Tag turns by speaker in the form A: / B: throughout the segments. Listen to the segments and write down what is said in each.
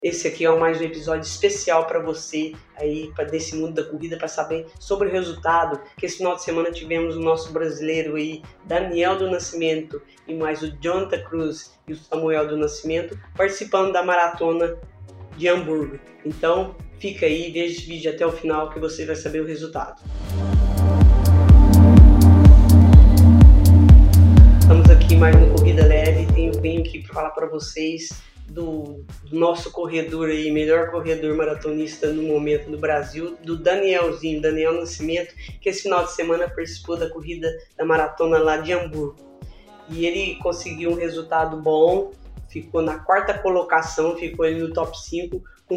A: Esse aqui é mais um episódio especial para você aí, desse mundo da corrida, para saber sobre o resultado. Que esse final de semana tivemos o nosso brasileiro aí, Daniel do Nascimento, e mais o Jonathan Cruz e o Samuel do Nascimento participando da maratona de Hamburgo. Então fica aí, veja esse vídeo até o final que você vai saber o resultado. Estamos aqui mais no Corrida Leve, venho aqui para falar para vocês do nosso corredor aí, melhor corredor maratonista no momento no Brasil, do Daniel Nascimento, que esse final de semana participou da corrida da maratona lá de Hamburgo. E ele conseguiu um resultado bom, ficou na quarta colocação, ficou ali no top 5 com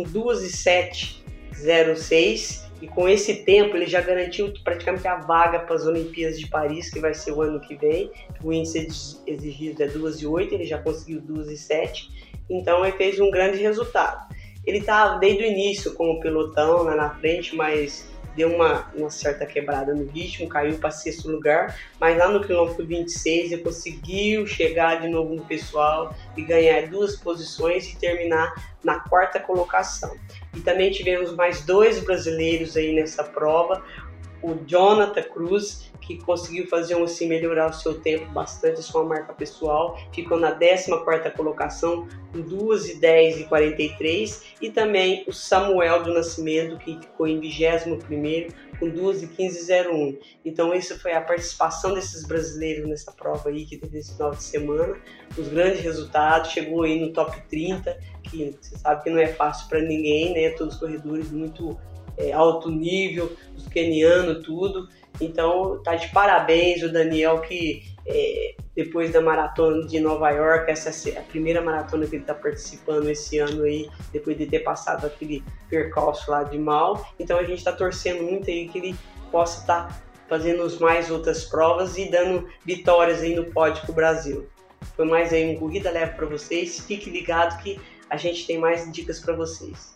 A: 2:07:06, e com esse tempo ele já garantiu praticamente a vaga para as Olimpíadas de Paris, que vai ser o ano que vem. O índice exigido é 2:08, ele já conseguiu 2:07, então ele fez um grande resultado. Ele estava desde o início com o pelotão lá na frente, mas deu uma certa quebrada no ritmo, caiu para 6º lugar, mas lá no quilômetro 26 ele conseguiu chegar de novo no pessoal e ganhar 2 posições e terminar na 4ª colocação. E também tivemos mais 2 brasileiros aí nessa prova, o Jonathan Cruz, que conseguiu fazer assim, melhorar o seu tempo bastante, a sua marca pessoal, ficou na 14ª colocação com 2:10:43, e também o Samuel do Nascimento, que ficou em 21º com 2:15:01. Então essa foi a participação desses brasileiros nessa prova aí que teve esse final de semana, os grandes resultados, chegou aí no top 30, que você sabe que não é fácil para ninguém, né? Todos os corredores muito alto nível, os quenianos, tudo. Então tá de parabéns o Daniel, que depois da maratona de Nova York, essa é a primeira maratona que ele está participando esse ano aí, depois de ter passado aquele percalço lá de mal. Então a gente está torcendo muito aí que ele possa estar fazendo mais outras provas e dando vitórias aí no pódio pro Brasil. Foi mais aí um Corrida Leve para vocês, fique ligado que a gente tem mais dicas para vocês.